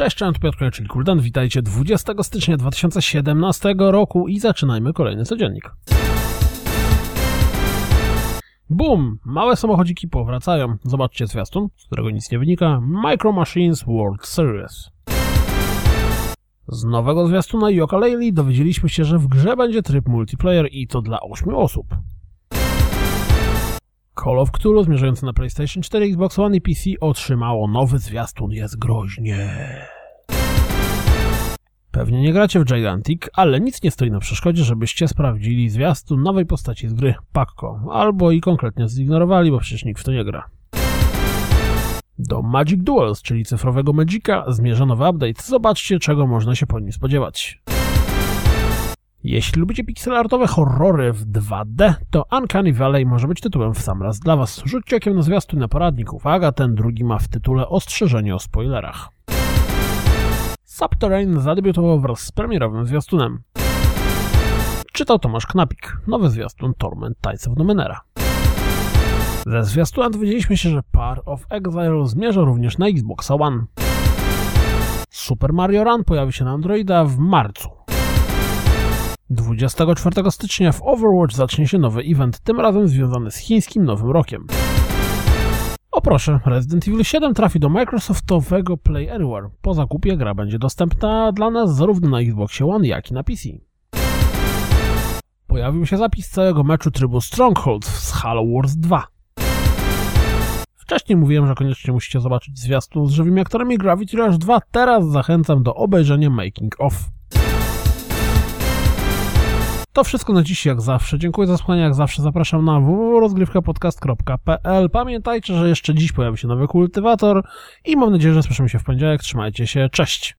Cześć, tu Piotr, czyli Kuldan. Witajcie 20 stycznia 2017 roku i zaczynajmy kolejny codziennik. Boom! Małe samochodziki powracają. Zobaczcie zwiastun, z którego nic nie wynika. Micro Machines World Series. Z nowego zwiastuna Yooka-Laylee dowiedzieliśmy się, że w grze będzie tryb multiplayer i to dla 8 osób. Call of Cthulhu zmierzający na PlayStation 4, Xbox One i PC otrzymało nowy zwiastun. Jest groźnie. Pewnie nie gracie w Gigantic, ale nic nie stoi na przeszkodzie, żebyście sprawdzili zwiastun nowej postaci z gry Pac-Co, albo i konkretnie zignorowali, bo przecież nikt w to nie gra. Do Magic Duels, czyli cyfrowego Magica, zmierza nowy update. Zobaczcie, czego można się po nim spodziewać. Jeśli lubicie pixelartowe horrory w 2D, to Uncanny Valley może być tytułem w sam raz dla was. Rzućcie okiem na zwiastun na poradnik. Uwaga, ten drugi ma w tytule ostrzeżenie o spoilerach. Subterranean zadebiutował wraz z premierowym zwiastunem. Czytał Tomasz Knapik. Nowy zwiastun Torment Tides of Numenera. Ze zwiastuna dowiedzieliśmy się, że Path of Exile zmierza również na Xboxa One. Super Mario Run pojawi się na Androida w marcu. 24 stycznia w Overwatch zacznie się nowy event, tym razem związany z chińskim Nowym Rokiem. O proszę, Resident Evil 7 trafi do Microsoftowego Play Anywhere. Po zakupie gra będzie dostępna dla nas zarówno na Xboxie One, jak i na PC. Pojawił się zapis całego meczu trybu Stronghold z Halo Wars 2. Wcześniej mówiłem, że koniecznie musicie zobaczyć zwiastun z żywymi aktorami Gravity Rush 2. Teraz zachęcam do obejrzenia Making of. To wszystko na dziś jak zawsze. Dziękuję za słuchanie, jak zawsze zapraszam na www.rozgrywkapodcast.pl. Pamiętajcie, że jeszcze dziś pojawi się nowy kultywator i mam nadzieję, że słyszymy się w poniedziałek. Trzymajcie się, cześć!